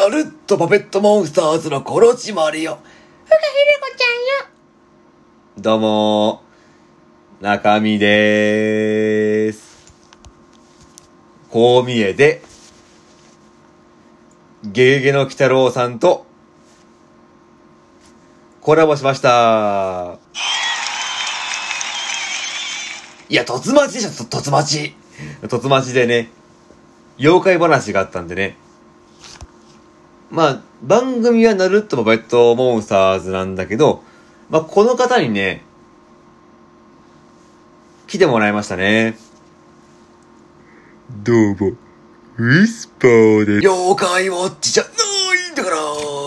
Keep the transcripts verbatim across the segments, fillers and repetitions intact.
ナルットパペットモンスターズのコロチマルよ。 ふかひれこちゃんよ。 どうもー、中身でーす。こう見えて、ゲゲゲの鬼太郎さんとコラボしました。 いや、突待ちでしょ、突待ち。 突待ちでね、妖怪話があったんでね。まあ、番組はナルットパペットモンスターズなんだけど、まあ、この方にね、来てもらいましたね。どうも、ウィスパーです。 妖怪ウォッチじゃないんだから。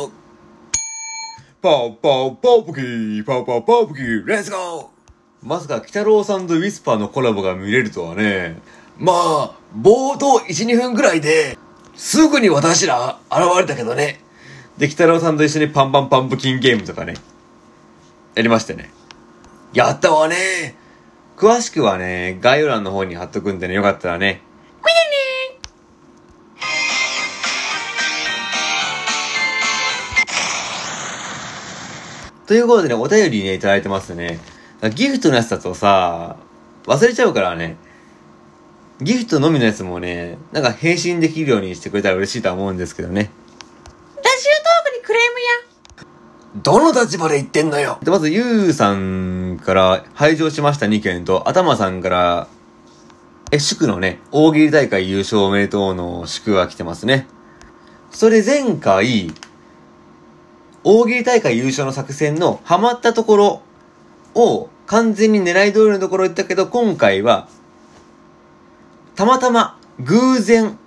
パウパウパウプキー、パウパウパウプキー、 レッツゴー。 まさか鬼太郎さんとウィスパーのコラボが見れるとはね。 まあ、冒頭いち、にふんぐらいで、すぐに私ら現れたけどね。 で、鬼太郎さんと一緒にパンパンパンプキンゲームとかね、やりましてね。 やったわね。 詳しくはね、概要欄の方に貼っとくんでね、よかったらね。 見てねということでね、お便りね、いただいてますね。ギフトのやつだとさ、忘れちゃうからね。ギフトのみのやつもね、なんか返信できるようにしてくれたら嬉しいとは思うんですけどね。 ラジオトークにクレームや。 どの立場で言ってんのよ。 で、まず、ゆうさんから排除しましたにけんと、あたまさんから、え、祝のね、大喜利大会優勝おめでとうの祝が来てますね。それ前回、大喜利大会優勝の作戦のハマったところを完全に狙い通りのところ言ったけど、今回は、たまたま、偶然、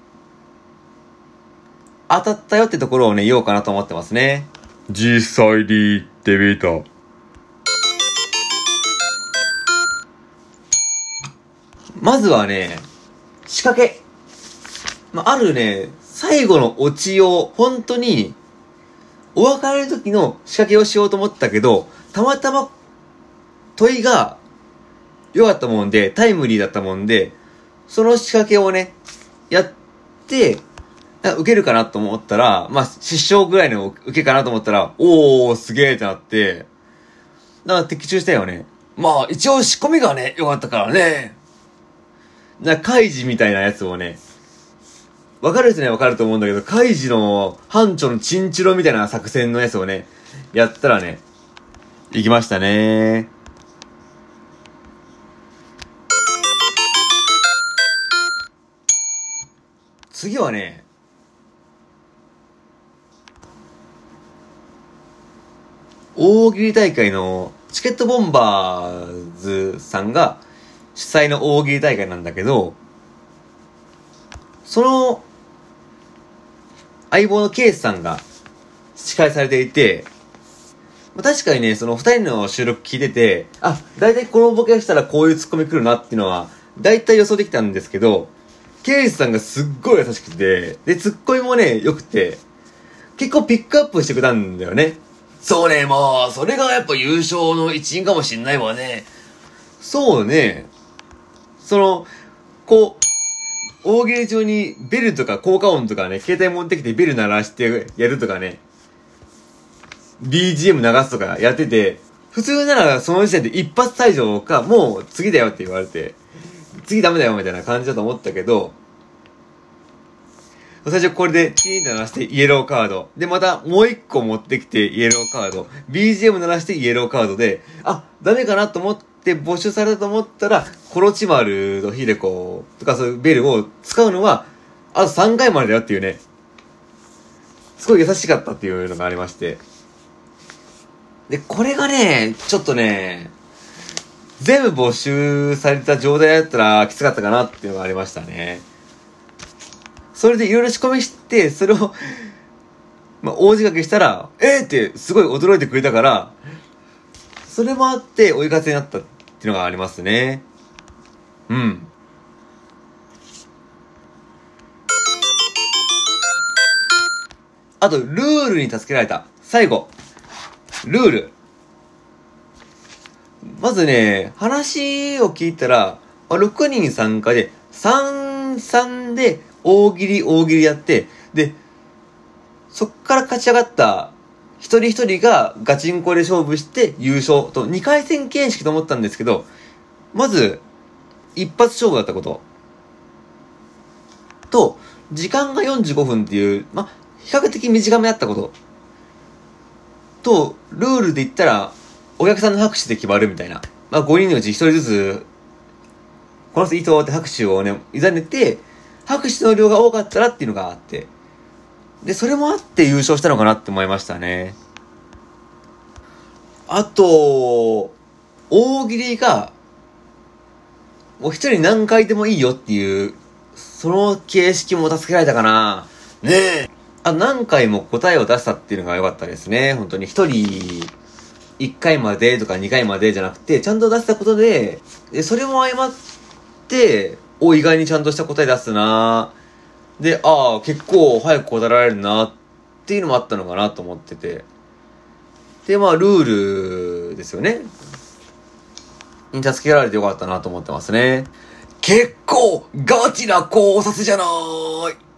当たったよってところをね、言おうかなと思ってますね。実際に言ってみた。まずはね、仕掛け。まあ、あるね、最後のオチを、本当に、お別れの時の仕掛けをしようと思ったけど、たまたま、問いが、良かったもんで、タイムリーだったもんで、その仕掛けをね、やって、受けるかなと思ったら、まあ、失笑ぐらいの受けかなと思ったら、おー、すげーってなって、なんか的中したよね。 まあ、一応仕込みがね、良かったからね。 なんか、カイジみたいなやつをね、わかる人にはわかると思うんだけど、カイジの班長のチンチロみたいな作戦のやつをね、やったらね、行きましたね。次はね、大喜利大会のチケットボンバーズさんが主催の大喜利大会なんだけど、その相棒のケイスさんが司会されていて、確かにね、その二人の収録聞いてて、あ、だいたいこのボケしたらこういうツッコミ来るなっていうのは、だいたい予想できたんですけど、ケイスさんがすっごい優しくて、で、ツッコミもね、良くて、結構ピックアップしてくれたんだよね。 そうね、まあ、それがやっぱ優勝の一因かもしんないわね。 そうね。その、こう、大喜利中にベルとか効果音とかね、携帯持ってきてベル鳴らしてやるとかね、ビージーエム 流すとかやってて、普通ならその時点で一発退場か、もう次だよって言われて、次ダメだよみたいな感じだと思ったけど、最初これでチーンと鳴らしてイエローカード。で、またもう一個持ってきてイエローカード。ビージーエム 鳴らしてイエローカードで、あ、ダメかなと思って募集されたと思ったら、コロチマルとヒデコとかそういうベルを使うのは、あとさんかいまでだよっていうね。すごい優しかったっていうのがありまして。で、これがね、ちょっとね、全部募集された状態だったらきつかったかなっていうのがありましたね。それでいろいろ仕込みして、それを、まあ、大仕掛けしたら、えーってすごい驚いてくれたから、それもあって追い風になったっていうのがありますね。うん。あと、ルールに助けられた。最後。ルール。まずね、話を聞いたら、ろくにん参加で、さんたいさんで大喜利大喜利やって、で、 そっから勝ち上がった一人一人がガチンコで勝負して優勝とにかい戦形式と思ったんですけど、まず一発勝負だったことと、時間がよんじゅうごふんっていう、まあ、比較的短めだったことと、ルールで言ったらお客さんの拍手で決まるみたいな、まあ、ごにんのうちひとりずつこの人いいとって拍手をね委ねて、拍手の量が多かったらっていうのがあって、でそれもあって優勝したのかなって思いましたね。あと大喜利がもう一人何回でもいいよっていうその形式も助けられたかな。ねえ、あ、何回も答えを出したっていうのが良かったですね。本当に一人いっかいまでとかにかいまでじゃなくて、ちゃんと出したことで、でそれも相まってお意外にちゃんとした答え出すな。で、ああ結構早く答えられるなっていうのもあったのかなと思ってて、でまあルールですよねに助けられてよかったなと思ってますね。 結構ガチな考察じゃない。